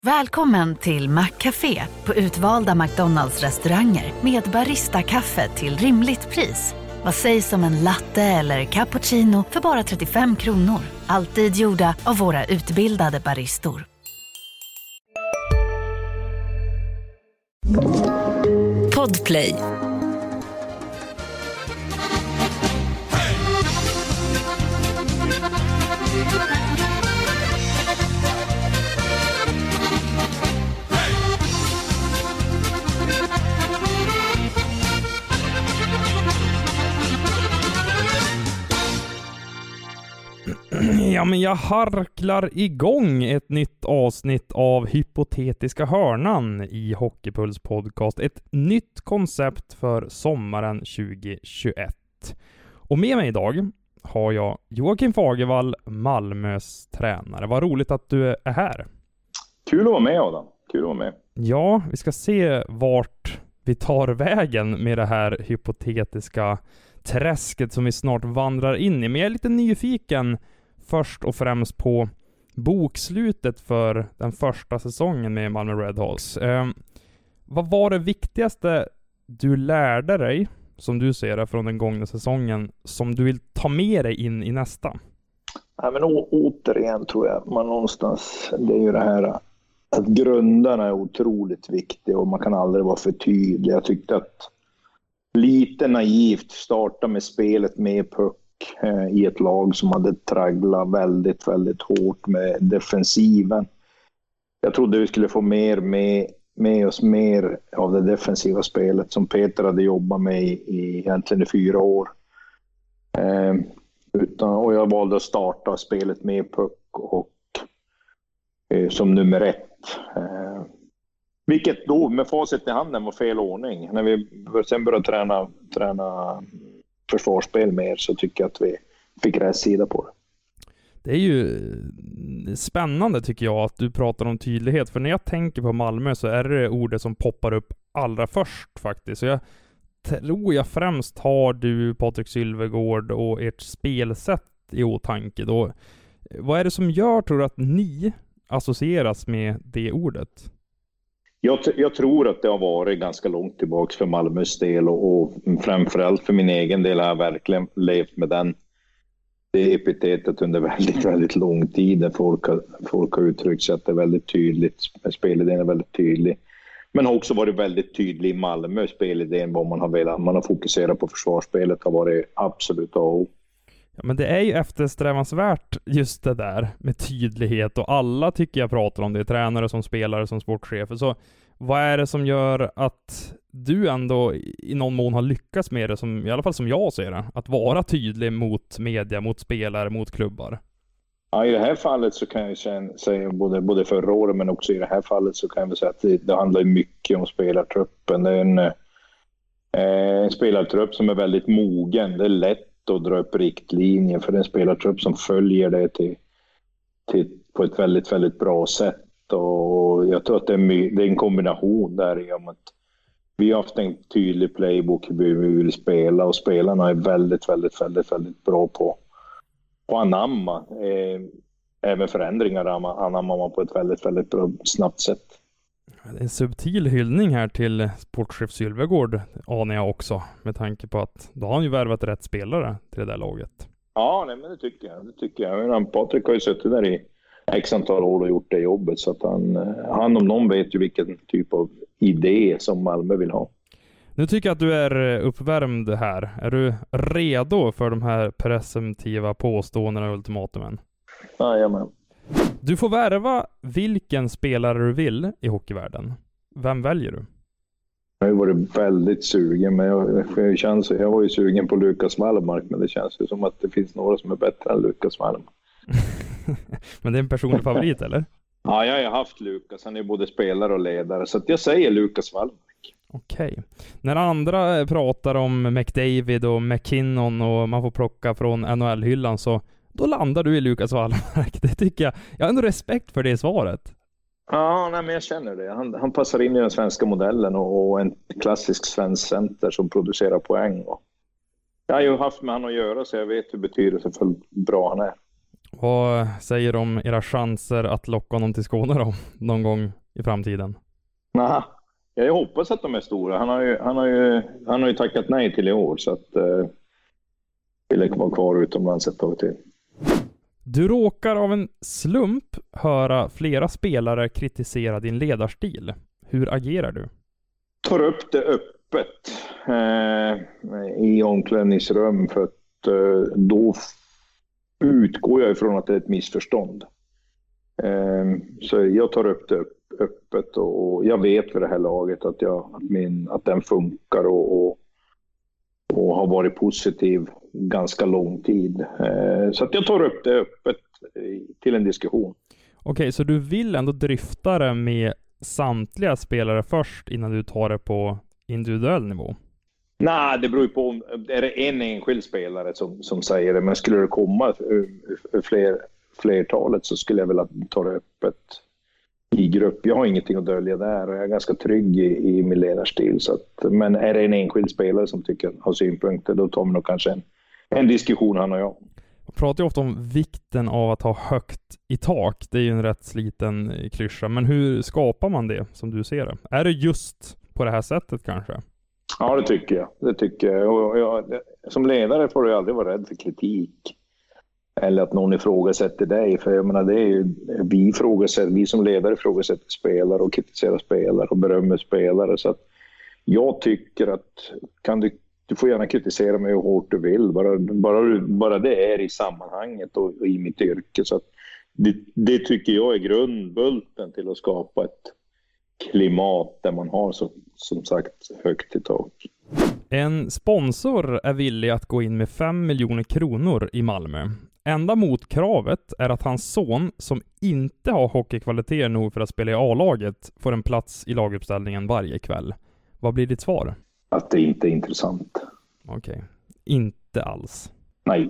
Välkommen till Maccafé på utvalda McDonalds-restauranger med Barista-kaffe till rimligt pris. Vad sägs om en latte eller cappuccino för bara 35 kronor? Alltid gjorda av våra utbildade baristor. Podplay. Ja, men jag harklar igång ett nytt avsnitt av Hypotetiska hörnan i Hockeypuls podcast. Ett nytt koncept för sommaren 2021. Och med mig idag har jag Joakim Fagervall, Malmös tränare. Vad roligt att du är här. Kul att vara med, Adam. Kul att vara med. Ja, vi ska se vart vi tar vägen med det här hypotetiska träsket som vi snart vandrar in i. Men jag är lite nyfiken först och främst på bokslutet för den första säsongen med Malmö Redhawks. Vad var det viktigaste du lärde dig, som du ser det, från den gångna säsongen som du vill ta med dig in i nästa? Ja, men återigen tror jag man någonstans, det är ju det här att grundarna är otroligt viktiga och man kan aldrig vara för tydlig. Jag tyckte att lite naivt starta med spelet med puck i ett lag som hade tragglat väldigt, väldigt hårt med defensiven. Jag trodde vi skulle få med oss mer av det defensiva spelet som Peter hade jobbat med egentligen i 4 år. Och jag valde att starta spelet med puck och som nummer 1. Vilket då med facit i handen var fel ordning. När vi sen började träna försvarsspel mer så tycker jag att vi fick rätt sida på det. Det är ju spännande tycker jag att du pratar om tydlighet. För när jag tänker på Malmö så är det ordet som poppar upp allra först faktiskt. Så jag tror jag främst har du, Patrik Sylvegård och ert spelsätt i åtanke då. Vad är det som gör, tror du, att ni associeras med det ordet? Jag tror att det har varit ganska långt tillbaka för Malmös del och framförallt för min egen del har jag verkligen levt med det epitetet under väldigt, väldigt lång tid där folk har uttryckt sig att det är väldigt tydligt, spelidén är väldigt tydlig. Men har också varit väldigt tydlig i Malmö, spelidén, vad man har velat. Man har fokuserat på försvarspelet, har varit absolut A. Ja, men det är ju eftersträvansvärt just det där med tydlighet och alla tycker jag pratar om det, tränare som spelare som sportchefer. Så vad är det som gör att du ändå i någon mån har lyckats med det, som, i alla fall som jag ser det, att vara tydlig mot media, mot spelare, mot klubbar? Ja, i det här fallet så kan jag säga både förra året men också i det här fallet så kan jag säga att det handlar mycket om spelartruppen. Det är en spelartrupp som är väldigt mogen. Det är lätt att dra upp riktlinjer för en spelartrupp som följer det till på ett väldigt, väldigt bra sätt. Och jag tror att det är en kombination där i att vi har haft en tydlig playbook hur vi vill spela och spelarna är väldigt, väldigt, väldigt, väldigt bra på att anamma. Även förändringar anammar man på ett väldigt, väldigt bra, snabbt sätt. En subtil hyllning här till sportchef Sylvegård anar jag också, med tanke på att då har han ju värvat rätt spelare till det där laget. Ja, nej, men det tycker jag. Patrik har ju suttit där i x antal år och gjort det jobbet, så att han om någon vet ju vilken typ av idé som Malmö vill ha. Nu tycker jag att du är uppvärmd här. Är du redo för de här presumtiva påståendena och ultimatumen? Jajamän. Du får värva vilken spelare du vill i hockeyvärlden. Vem väljer du? Jag har varit väldigt sugen, men jag var ju sugen på Lukas Wallmark, men det känns ju som att det finns några som är bättre än Lukas Wallmark. Men det är en personlig favorit, eller? Ja, jag har haft Lukas. Han är både spelare och ledare, så att jag säger Lukas Wallmark. Okej. När andra pratar om McDavid och McKinnon och man får plocka från NHL-hyllan, så då landar du i Lukas Wallmark. Det tycker jag. Jag har ändå respekt för det svaret. Ja, nej, men jag känner det. Han passar in i den svenska modellen och en klassisk svensk center som producerar poäng. Jag har ju haft med han att göra, så jag vet hur betydelsefullt bra han är. Vad säger du om era chanser att locka honom till Skåne då, någon gång i framtiden? Nej, jag hoppas att de är stora. Han har ju tackat nej till i år, så att vill vara kvar utomlands ett tag till. Du råkar av en slump höra flera spelare kritisera din ledarstil. Hur agerar du? Tar upp det öppet i omklädningsrum, för att då utgår jag ifrån att det är ett missförstånd. Så jag tar upp det öppet, och jag vet för det här laget att den funkar och har varit positiv ganska lång tid. Så att jag tar upp det öppet till en diskussion. Okej, så du vill ändå dryfta det med samtliga spelare först innan du tar det på individuell nivå? Nej, det beror ju på om det är en enskild spelare som säger det. Men skulle det komma flertalet så skulle jag vilja ta det öppet i grupp. Jag har ingenting att dölja där och jag är ganska trygg i min ledarstil. Men är det en enskild spelare som har synpunkter, då tar man nog kanske en diskussion, han och jag. Jag pratar ju ofta om vikten av att ha högt i tak. Det är ju en rätt sliten klyscha. Men hur skapar man det som du ser det? Är det just på det här sättet kanske? Ja, det tycker jag. Och som ledare får du aldrig vara rädd för kritik. Eller att någon ifrågasätter dig. För jag menar, det är ju, vi som ledare ifrågasätter spelare och kritiserar spelare och berömmer spelare. Så att jag tycker att du får gärna kritisera mig hur hårt du vill. Bara det är i sammanhanget och i mitt yrke. Så att det tycker jag är grundbulten till att skapa ett klimat där man har som sagt högt i tak. En sponsor är villig att gå in med 5 miljoner kronor i Malmö. Enda motkravet är att hans son, som inte har hockeykvaliteter nog för att spela i A-laget, får en plats i laguppställningen varje kväll. Vad blir ditt svar? Att det inte är intressant. Okej. Inte alls. Nej.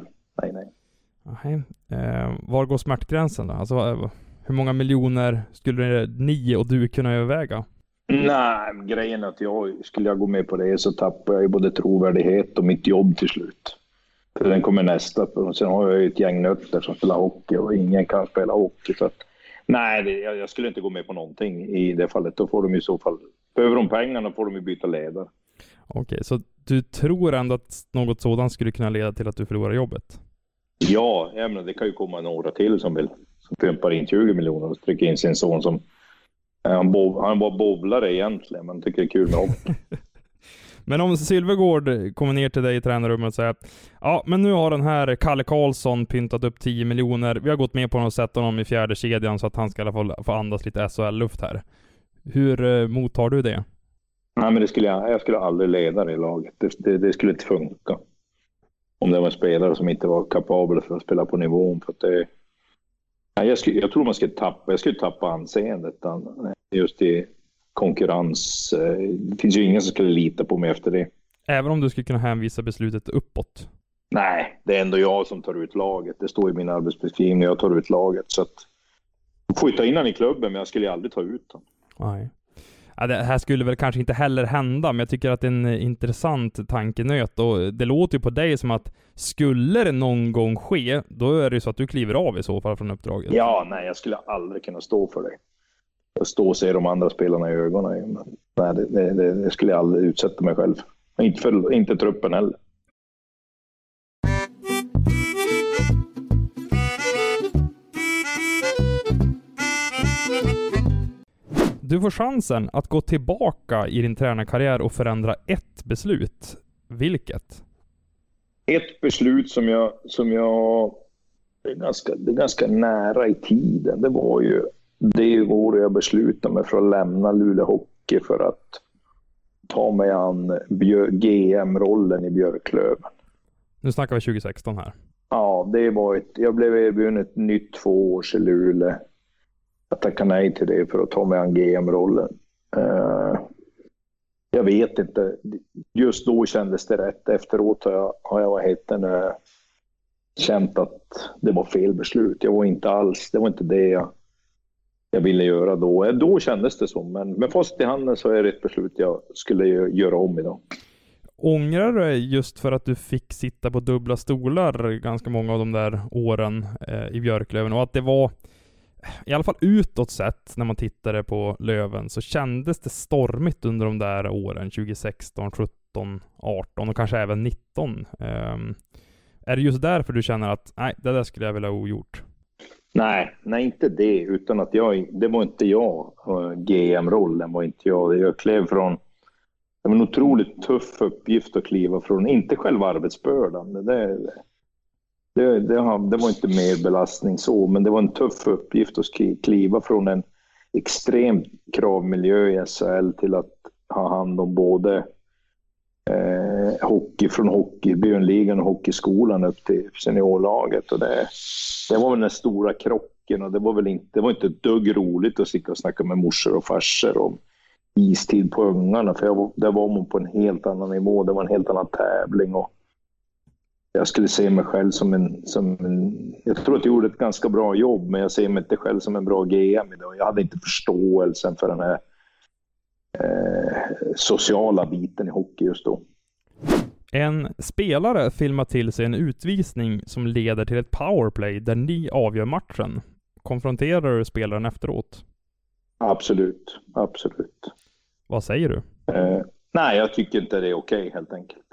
Var går smärtgränsen då? Alltså, hur många miljoner skulle ni och du kunna överväga? Nej, grejen är att skulle jag gå med på det så tappar jag ju både trovärdighet och mitt jobb till slut. För den kommer nästa. Och sen har jag ju ett gäng nötter som spelar hockey och ingen kan spela hockey. Så att, nej, jag skulle inte gå med på någonting i det fallet. Då får de i så fall, behöver de pengarna får de ju byta ledare. Okej, så du tror ändå att något sådant skulle kunna leda till att du förlorar jobbet? Ja, men det kan ju komma några till som pumpar in 20 miljoner och trycker in sin son som han var bowlare egentligen, men tycker det är kul med hockey. Men om Sylvegård kommer ner till dig i tränarrummet och säger ja, men nu har den här Kalle Karlsson pyntat upp 10 miljoner. Vi har gått med på att sätta honom i fjärde kedjan så att han ska få andas lite SHL-luft här. Hur mottar du det? Nej, men jag skulle aldrig leda det i laget. Det skulle inte funka. Om det var en spelare som inte var kapabel för att spela på nivån. För att jag tror jag skulle tappa anseendet just i konkurrens. Det finns ju ingen som skulle lita på mig efter det. Även om du skulle kunna hänvisa beslutet uppåt? Nej, det är ändå jag som tar ut laget. Det står i min arbetsbeskrivning, jag tar ut laget. Så att jag får ju ta in han i klubben, men jag skulle aldrig ta ut honom. Nej. Ja, det här skulle väl kanske inte heller hända, men jag tycker att det är en intressant tankenöt. Och det låter ju på dig som att skulle det någon gång ske, då är det ju så att du kliver av i så fall från uppdraget. Ja, nej, jag skulle aldrig kunna stå för det. Jag står och ser de andra spelarna i ögonen. Nej, det skulle jag aldrig utsätta mig själv. Inte truppen heller. Du får chansen att gå tillbaka i din tränarkarriär och förändra ett beslut. Vilket? Ett beslut som jag det är ganska nära i tiden. Det var ju det år jag beslutade mig för att lämna Luleå Hockey för att ta mig an GM-rollen i Björklöven. Nu snackar vi 2016 här. Ja, jag blev erbjuden ett nytt 2 års i Luleå. Jag tackade nej till det för att ta mig an GM-rollen. Jag vet inte. Just då kändes det rätt. Efteråt har jag känt att det var fel beslut. Det var inte det jag ville göra då. Då kändes det så. Men med fast i handen så är det ett beslut jag skulle göra om idag. Ångrar du just för att du fick sitta på dubbla stolar ganska många av de där åren i Björklöven, och att det var, i alla fall utåt sett när man tittade på Löven, så kändes det stormigt under de där åren 2016, 17, 18 och kanske även 19. Är det just därför du känner att nej, det där skulle jag vilja ha ogjort? Nej, inte det, utan att det var inte jag. GM-rollen var inte jag. Jag klev från, det var en otroligt tuff uppgift att kliva från, inte själva arbetsbördan. Det var inte mer belastning så, men det var en tuff uppgift att kliva från en extrem kravmiljö i SHL till att ha hand om både hockey från Björnligan och hockeyskolan upp till seniorlaget, och det var väl den stora krocken, och det var inte ett dugg roligt att sitta och snacka med morsor och farsor om istid på ungarna, för där var man på en helt annan nivå, det var en helt annan tävling, och jag skulle se mig själv som en jag tror att jag gjorde ett ganska bra jobb, men jag ser mig inte själv som en bra GM idag. Jag hade inte förståelsen för den här sociala biten i hockey just då. En spelare filmar till sig en utvisning som leder till ett powerplay där ni avgör matchen. Konfronterar du spelaren efteråt? Absolut. Vad säger du? Nej, jag tycker inte det är okej, helt enkelt.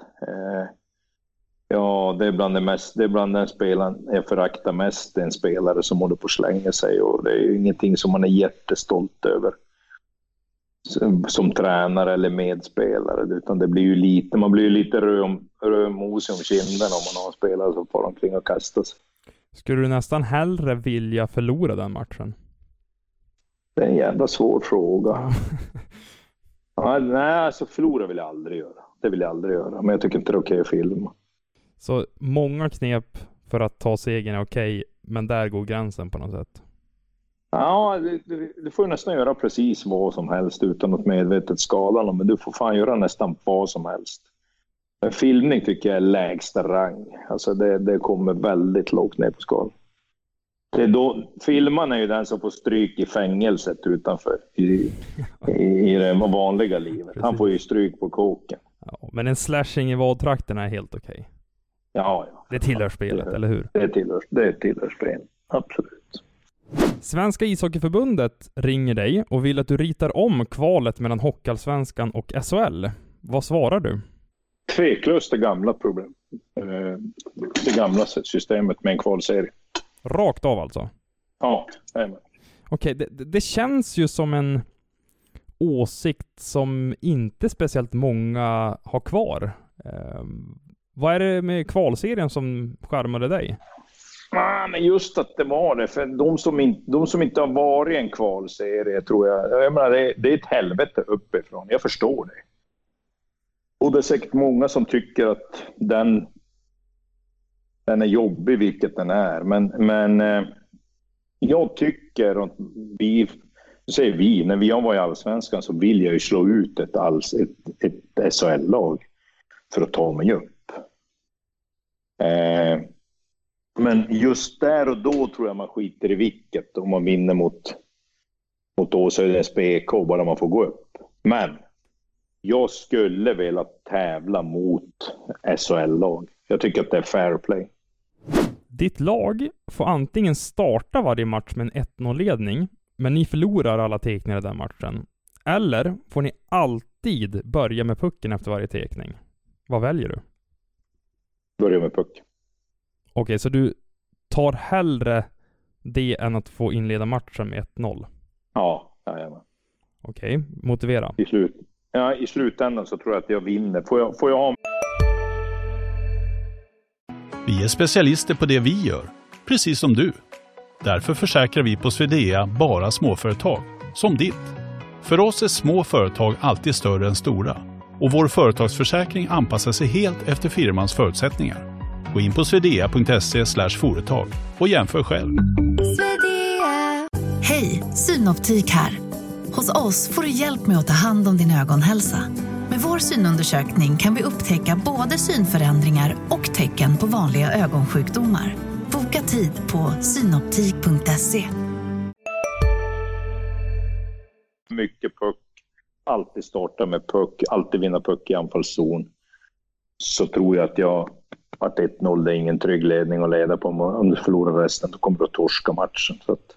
Ja, det är bland den spelaren jag föraktar mest. Det är en spelare som håller på att slänga sig, och det är ju ingenting som man är jättestolt över som tränare eller medspelare, utan det blir ju man blir ju lite rödmosig om kinderna om man har spelare som får omkring och kastas. Skulle du nästan hellre vilja förlora den matchen? Det är en jävla svår fråga. Nej, alltså förlora vill jag aldrig göra. Det vill jag aldrig göra, men jag tycker inte det är okej att filma. Så många knep för att ta segern är okej, men där går gränsen på något sätt? Ja, du får nästan göra precis vad som helst utan att medvetet skala någon, men du får fan göra nästan vad som helst. Men filmning tycker jag är lägsta rang. Alltså det kommer väldigt lågt ner på skalan. Det är då, filmaren är ju den som får stryk i fängelset utanför i det vanliga livet. Precis. Han får ju stryk på kåken. Ja, men en slashing i vadtrakterna är helt okej. Ja. Det tillhör spelet, eller hur? Det tillhör spelet, absolut. Svenska ishockeyförbundet ringer dig och vill att du ritar om kvalet mellan Hockeyallsvenskan och SHL. Vad svarar du? Tveklöst det gamla problem. Det gamla systemet med en kvalserie. Rakt av alltså? Ja, amen. Okej, det känns ju som en åsikt som inte speciellt många har kvar. Vad är det med kvalserien som skärmade dig? Men just att det var det. För de som inte har varit en kvalserie, tror jag menar, det är ett helvete uppifrån. Jag förstår det. Och det är säkert många som tycker att den är jobbig, vilket den är. Men jag tycker att när vi var i Allsvenskan så vill jag ju slå ut ett SHL-lag för att ta mig upp. Men just där och då tror jag man skiter i vilket om man vinner mot Åsödens BK, bara man får gå upp. Men jag skulle vilja tävla mot SHL-lag. Jag tycker att det är fair play. Ditt lag får antingen starta varje match med en 1-0-ledning, men ni förlorar alla teckningar i den matchen. Eller får ni alltid börja med pucken efter varje teckning. Vad väljer du? Börja med puck. Okej, så du tar hellre det än att få inleda matchen med 1-0? Ja, jajamän. Okej, motivera. I slutändan så tror jag att jag vinner. Får jag ha... Vi är specialister på det vi gör, precis som du. Därför försäkrar vi på Swedea bara småföretag, som ditt. För oss är små företag alltid större än stora. Och vår företagsförsäkring anpassar sig helt efter firmans förutsättningar. Gå in på swedea.se/företag och jämför själv. Hej, Synoptik här. Hos oss får du hjälp med att ta hand om din ögonhälsa. Med vår synundersökning kan vi upptäcka både synförändringar och tecken på vanliga ögonsjukdomar. Boka tid på synoptik.se. Mycket puck. Alltid starta med puck. Alltid vinna puck i anfallszon. så tror jag att 1-0 det är ingen trygg ledning att leda på. Om du förlorar resten då kommer du att torska matchen. Så att,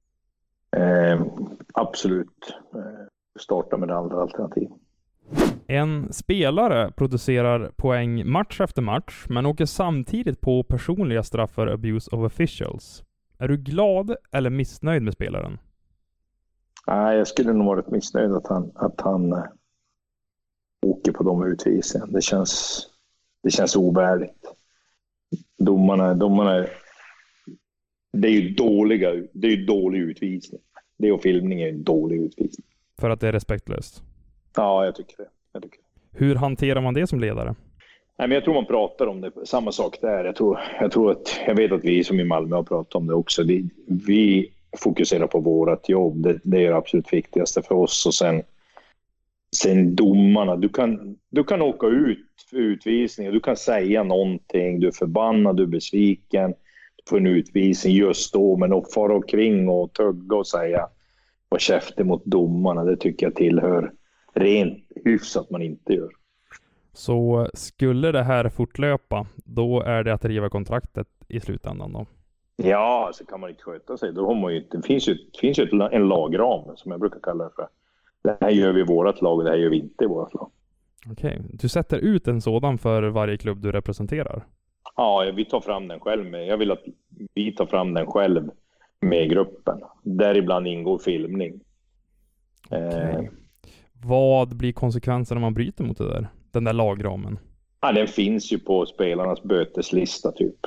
absolut starta med det andra alternativ. En spelare producerar poäng match efter match, men åker samtidigt på personliga straff för abuse of officials. Är du glad eller missnöjd med spelaren? Nej, jag skulle nog varit missnöjd att han åker på de utvisningarna. Det känns ovärdigt. Domarna det är ju dålig utvisning. Det och filmning är en dålig utvisning. För att det är respektlöst? Ja, jag tycker det. Hur hanterar man det som ledare? Nej, men jag tror man pratar om det. Samma sak där. Jag vet att vi som i Malmö har pratat om det också. Vi fokuserar på vårt jobb. Det är det absolut viktigaste för oss. Och sen domarna. Du kan åka ut för utvisning. Du kan säga någonting. Du är förbannad, du är besviken. Du får en utvisning just då. Men att fara omkring och tugga och säga och käfta mot domarna. Det tycker jag tillhör rent hyfs att man inte gör. Så skulle det här fortlöpa, då är det att riva kontraktet i slutändan då? Ja, så kan man inte sköta sig. Då har man ju, det finns ju en lagram som jag brukar kalla det för. Det här gör vi i vårt lag och det här gör vi inte i vårt lag. Okej. Du sätter ut en sådan för varje klubb du representerar? Ja, vi tar fram den själv. Jag vill att vi tar fram den själv med gruppen. Däribland ingår filmning. Okay. Vad blir konsekvensen om man bryter mot det där? Den där lagramen? Ja, den finns ju på spelarnas böteslista typ.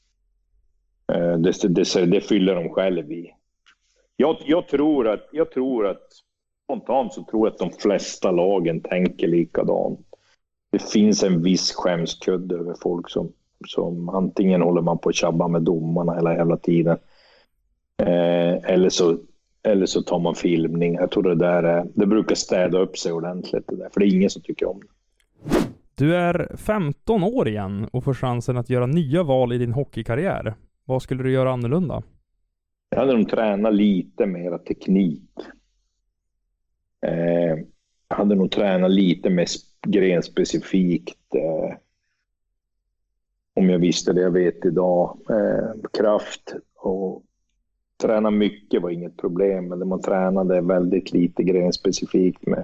Det fyller de själv i. Jag tror att spontant så tror jag att de flesta lagen tänker likadant. Det finns en viss skämskudde över folk som antingen håller man på att tjabba med domarna hela tiden. Eller så tar man filmning. Jag tror det brukar städa upp sig ordentligt det där, för det är ingen som tycker om det. Du är 15 år igen och får chansen att göra nya val i din hockeykarriär. Vad skulle du göra annorlunda? Jag hade nog tränat lite mer teknik. Jag hade nog tränat lite mer grenspecifikt. Om jag visste det jag vet idag. Kraft och träna mycket var inget problem, men man tränade väldigt lite grenspecifikt med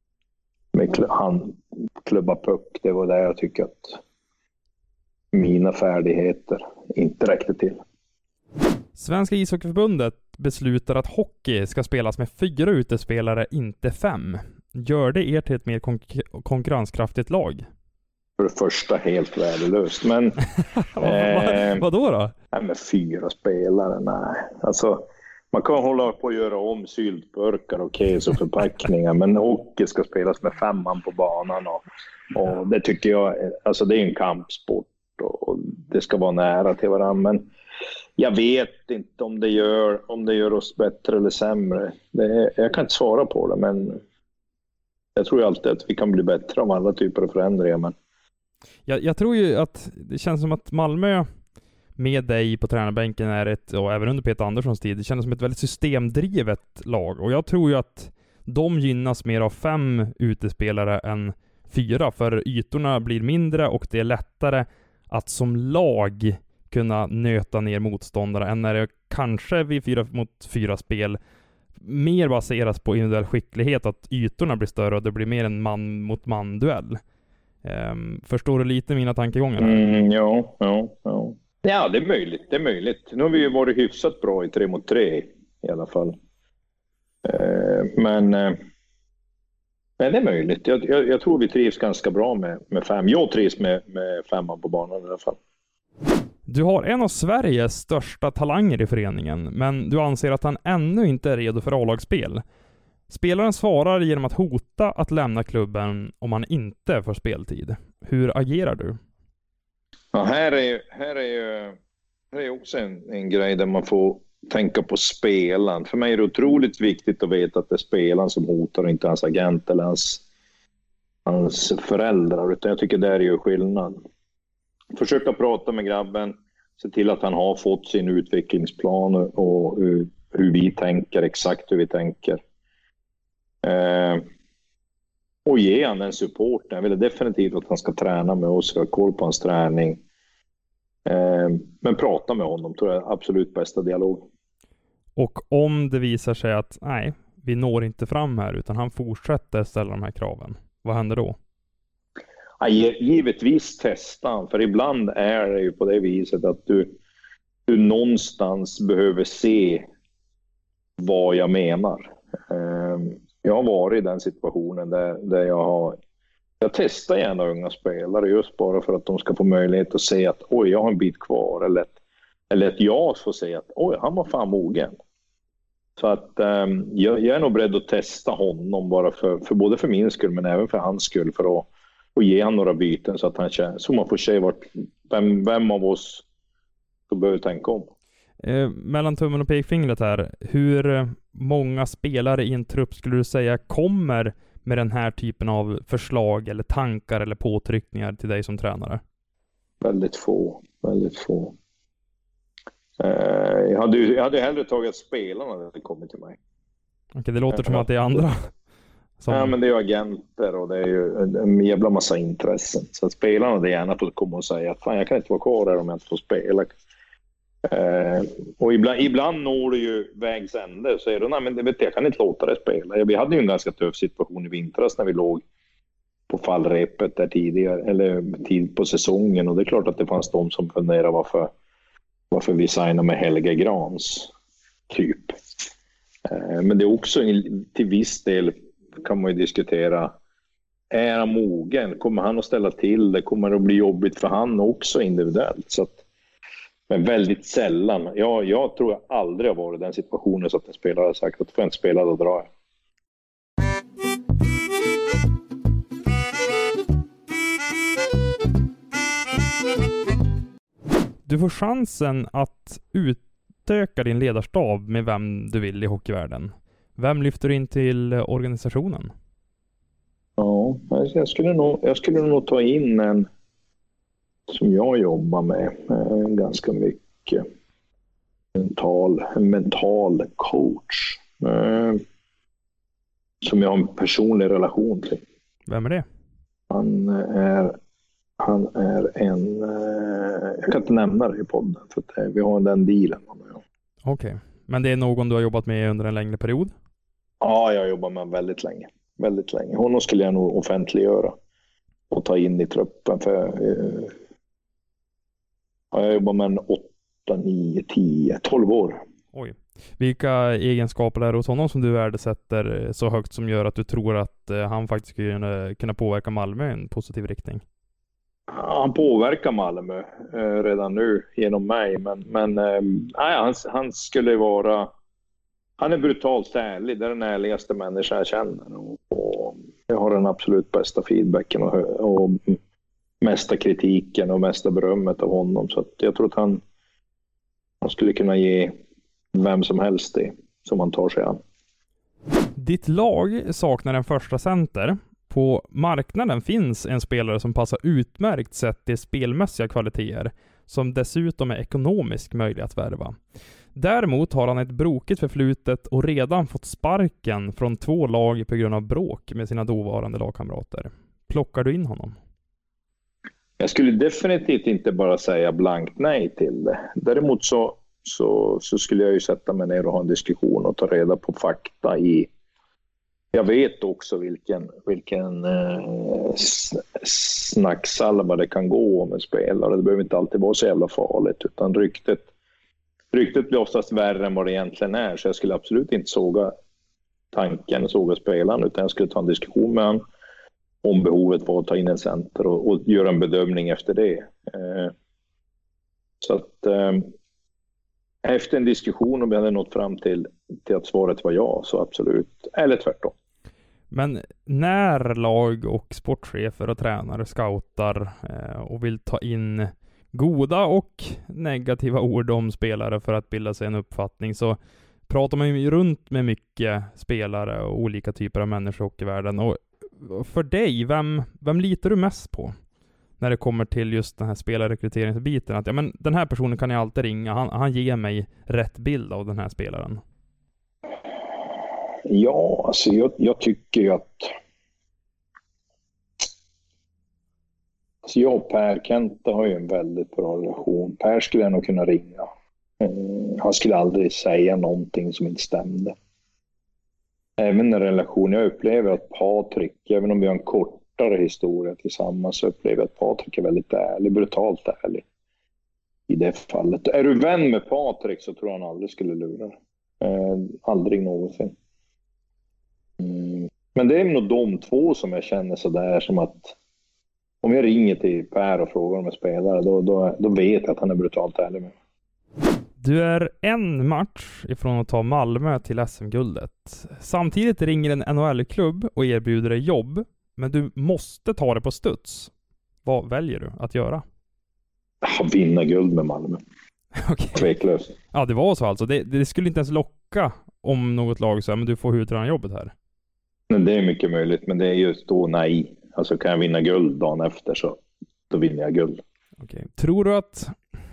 klubba puck. Det var där jag tycker att mina färdigheter inte räckte till. Svenska ishockeyförbundet beslutar att hockey ska spelas med 4 utespelare, inte 5. Gör det er till ett mer konkurrenskraftigt lag? För det första helt värdelöst, men Vadå? Nej, med 4 spelare, nej. Alltså, man kan hålla på att göra om syltburkar och kesoförpackningar, men hockey ska spelas med 5 på banan och det tycker jag, alltså det är en kampsport och det ska vara nära till varandra, men jag vet inte om det gör oss bättre eller sämre. Jag kan inte svara på det, men jag tror ju alltid att vi kan bli bättre om alla typer av förändringar, men jag tror ju att det känns som att Malmö med dig på tränarbänken och även under Peter Anderssons tid, det känns som ett väldigt systemdrivet lag. Och jag tror ju att de gynnas mer av 5 utespelare än 4, för ytorna blir mindre och det är lättare att som lag kunna nöta ner motståndare än när det kanske vid 4-mot-4 spel mer baseras på individuell skicklighet, att ytorna blir större och det blir mer en man-mot-man-duell. Förstår du lite mina tankegångar här? Ja. Ja, det är möjligt. Nu har vi ju varit hyfsat bra i 3-mot-3 i alla fall. Men det är möjligt. Jag tror vi trivs ganska bra med 5. Jag trivs med 5 på banan i alla fall. Du har en av Sveriges största talanger i föreningen, men du anser att han ännu inte är redo för A-lagsspel. Spelaren svarar genom att hota att lämna klubben om han inte får speltid. Hur agerar du? Ja, här är också en grej där man får tänka på spelaren. För mig är det otroligt viktigt att veta att det är spelaren som hotar och inte hans agent eller hans föräldrar. Utan jag tycker det är ju skillnad. Försöka prata med grabben, se till att han har fått sin utvecklingsplan och hur vi tänker, exakt hur vi tänker. och ge han den supporten. Jag vill definitivt att han ska träna med oss, ha koll på hans träning. Men prata med honom tror jag är absolut bästa dialog. Och om det visar sig att nej, vi når inte fram här utan han fortsätter ställa de här kraven, vad händer då? Ja, givetvis testa han, för ibland är det ju på det viset att du någonstans behöver se vad jag menar. Jag har varit i den situationen där jag testar gärna unga spelare just bara för att de ska få möjlighet att se att oj, jag har en bit kvar, eller att jag får se att oj, han var fan mogen. Så att jag är nog beredd att testa honom bara för både för min skull men även för hans skull, för att ge han några byten så att han känner, så man får se vem av oss som behöver tänka om. Mellan tummen och pekfingret här, hur många spelare i en trupp skulle du säga kommer med den här typen av förslag eller tankar eller påtryckningar till dig som tränare? Väldigt få. Jag hade hellre tagit spelarna när det kommer till mig. Okej, det låter som att det är andra. Ja, men det är ju agenter och det är ju en jävla massa intressen. Så att spelarna det gärna får komma och säga att fan, jag kan inte vara kvar där om jag inte får spela. Och ibland når du ju vägs ände och säger du, nej men det vet jag kan inte låta det spela. Vi hade ju en ganska tuff situation i vintras när vi låg på fallrepet där tidigare, eller tid på säsongen, och det är klart att det fanns de som funderade varför vi signade med Helge Grans typ. Men det är också till viss del kan man ju diskutera, är han mogen? Kommer han att ställa till det? Kommer det att bli jobbigt för han också individuellt? Så att, men väldigt sällan. Jag tror jag aldrig har varit i den situationen så att en spelare har sagt att får jag inte spela, då drar jag. Du får chansen att utöka din ledarstab med vem du vill i hockeyvärlden. Vem lyfter du in till organisationen? Ja, jag skulle nog ta in en som jag jobbar med ganska mycket. En mental coach. Som jag har en personlig relation till. Vem är det? Han är en... jag kan inte nämna det i podden för att vi har den dealen. Okej. Men det är någon du har jobbat med under en längre period? Ja, jag jobbar med väldigt länge. Väldigt länge. Honom skulle jag nog offentliggöra och ta in i truppen. För jag jobbar med en 8, 9, 10, 12 år. Oj. Vilka egenskaper är det hos honom som du värdesätter så högt som gör att du tror att han faktiskt skulle kunna påverka Malmö i en positiv riktning? Han påverkar Malmö redan nu genom mig. Men han skulle vara... Han är brutalt ärlig. Det är den ärligaste människan jag känner. Och jag har den absolut bästa feedbacken och mesta kritiken och mesta berömmet av honom. Så att jag tror att han skulle kunna ge vem som helst det som han tar sig an. Ditt lag saknar en första center. På marknaden finns en spelare som passar utmärkt sett till spelmässiga kvaliteter, som dessutom är ekonomiskt möjlig att värva. Däremot har han ett brokigt förflutet och redan fått sparken från 2 lag på grund av bråk med sina dåvarande lagkamrater. Plockar du in honom? Jag skulle definitivt inte bara säga blankt nej till det. Däremot så skulle jag ju sätta mig ner och ha en diskussion och ta reda på fakta i... Jag vet också vilken snacksalva det kan gå om en spelare. Det behöver inte alltid vara så jävla farligt, utan ryktet blir oftast värre än vad det egentligen är. Så jag skulle absolut inte såga tanken och såga spelaren, utan jag skulle ta en diskussion med honom om behovet var att ta in en center och göra en bedömning efter det. Så att efter en diskussion, om vi hade nått fram till att svaret var ja, så absolut. Eller tvärtom. Men när lag och sportchefer och tränare scoutar och vill ta in goda och negativa ord om spelare för att bilda sig en uppfattning, så pratar man ju runt med mycket spelare och olika typer av människor i världen. Och för dig, vem litar du mest på när det kommer till just den här spelarrekryteringsbiten? Att men den här personen kan jag alltid ringa, han ger mig rätt bild av den här spelaren. Ja, alltså jag tycker ju att jag och Per Kenta har ju en väldigt bra relation. Per skulle nog kunna ringa. Han skulle aldrig säga någonting som inte stämde. Även en relation, jag upplever att Patrik, även om vi har en kortare historia tillsammans, så upplever jag att Patrik är väldigt ärlig, brutalt ärlig i det fallet. Är du vän med Patrik så tror jag han aldrig skulle lura. Aldrig någonsin. Men det är nog de två som jag känner så där, som att om jag ringer till Per och frågar om en spelare, då vet jag att han är brutalt ärlig med. Du är en match ifrån att ta Malmö till SM-guldet. Samtidigt ringer en NHL-klubb och erbjuder dig jobb, men du måste ta det på studs. Vad väljer du att göra? Vinna guld med Malmö. Okay. Tveklöst. Ja, det var så alltså. Det skulle inte ens locka om något lag sa, men du får huvudtränarjobbet här. Men det är mycket möjligt, men det är just då nej. Alltså kan jag vinna guld dagen efter, så då vinner jag guld. Okay. Tror du att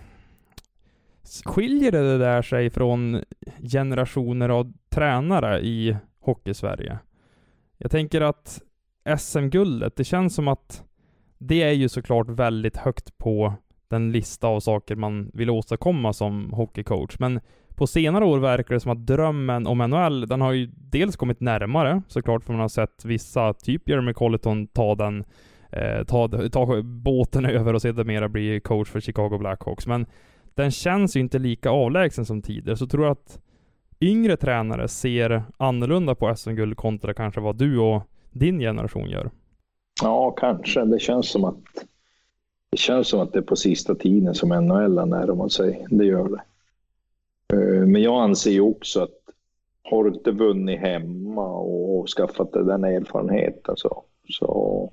skiljer det där sig från generationer av tränare i Hockey-Sverige? Jag tänker att SM-guldet, det känns som att det är ju såklart väldigt högt på den lista av saker man vill åstadkomma som hockeycoach. Men på senare år verkar det som att drömmen om NHL, den har ju dels kommit närmare, såklart, för man har sett vissa, typ Jeremy Colleton, ta båten över och sedermera bli coach för Chicago Blackhawks. Men den känns ju inte lika avlägsen som tidigare. Så tror jag att yngre tränare ser annorlunda på SM-guld kontra kanske vad du och din generation gör. Ja, kanske. Det känns som att det är på sista tiden som NHL är när man säger. Det gör det. Men jag anser ju också att har du inte vunnit hemma och skaffat dig den erfarenheten så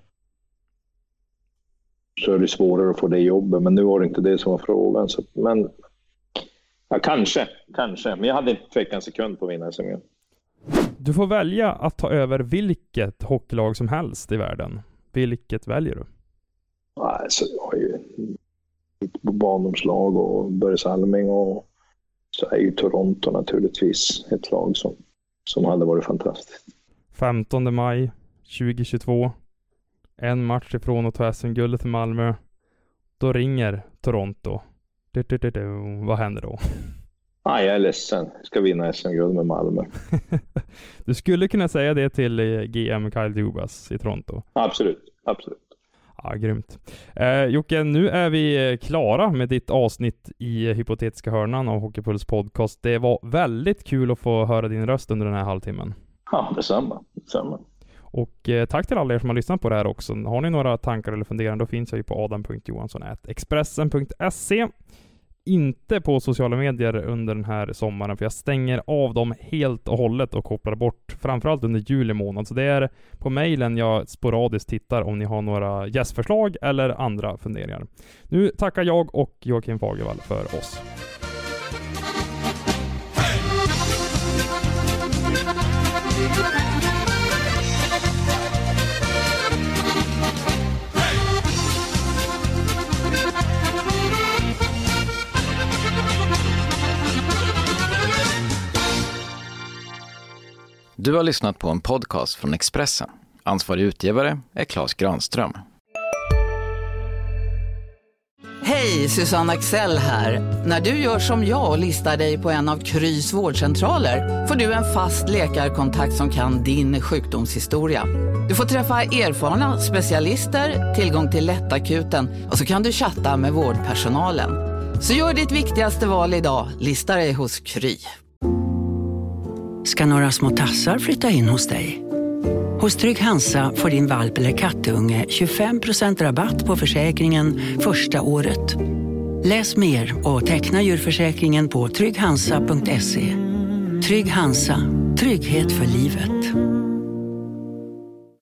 är det svårare att få det jobbet. Men nu var det inte det som var frågan. Men ja, kanske. Men jag hade inte tvekat en sekund på att vinna SM-guld. Du får välja att ta över vilket hockeylag som helst i världen. Vilket väljer du? Alltså, jag har ju ett barndomslag och Börje Salming, och så är ju Toronto naturligtvis ett lag som hade varit fantastiskt. 15 maj 2022. En match ifrån att ta SM-guldet till Malmö. Då ringer Toronto. Vad händer då? Jag är ledsen. Jag ska vinna SM-guld med Malmö. Du skulle kunna säga det till GM Kyle Dubas i Toronto. Absolut. Ja, grymt. Jocke, nu är vi klara med ditt avsnitt i Hypotetiska hörnan av Hockeypuls podcast. Det var väldigt kul att få höra din röst under den här halvtimmen. Ja, detsamma. Och tack till alla er som har lyssnat på det här också. Har ni några tankar eller funderande, då finns jag ju på adam.johansson@expressen.se. Inte på sociala medier under den här sommaren, för jag stänger av dem helt och hållet och kopplar bort, framförallt under juli månad. Så det är på mejlen jag sporadiskt tittar om ni har några gästförslag eller andra funderingar. Nu tackar jag och Joakim Fagervall för oss. Du har lyssnat på en podcast från Expressen. Ansvarig utgivare är Claes Granström. Hej, Susanne Axel här. När du gör som jag och listar dig på en av Krys vårdcentraler får du en fast läkarkontakt som kan din sjukdomshistoria. Du får träffa erfarna specialister, tillgång till lättakuten och så kan du chatta med vårdpersonalen. Så gör ditt viktigaste val idag, lista dig hos Kry. Ska några små tassar flytta in hos dig? Hos Trygg Hansa får din valp eller kattunge 25% rabatt på försäkringen första året. Läs mer och teckna djurförsäkringen på trygghansa.se. Trygg Hansa, trygghet för livet.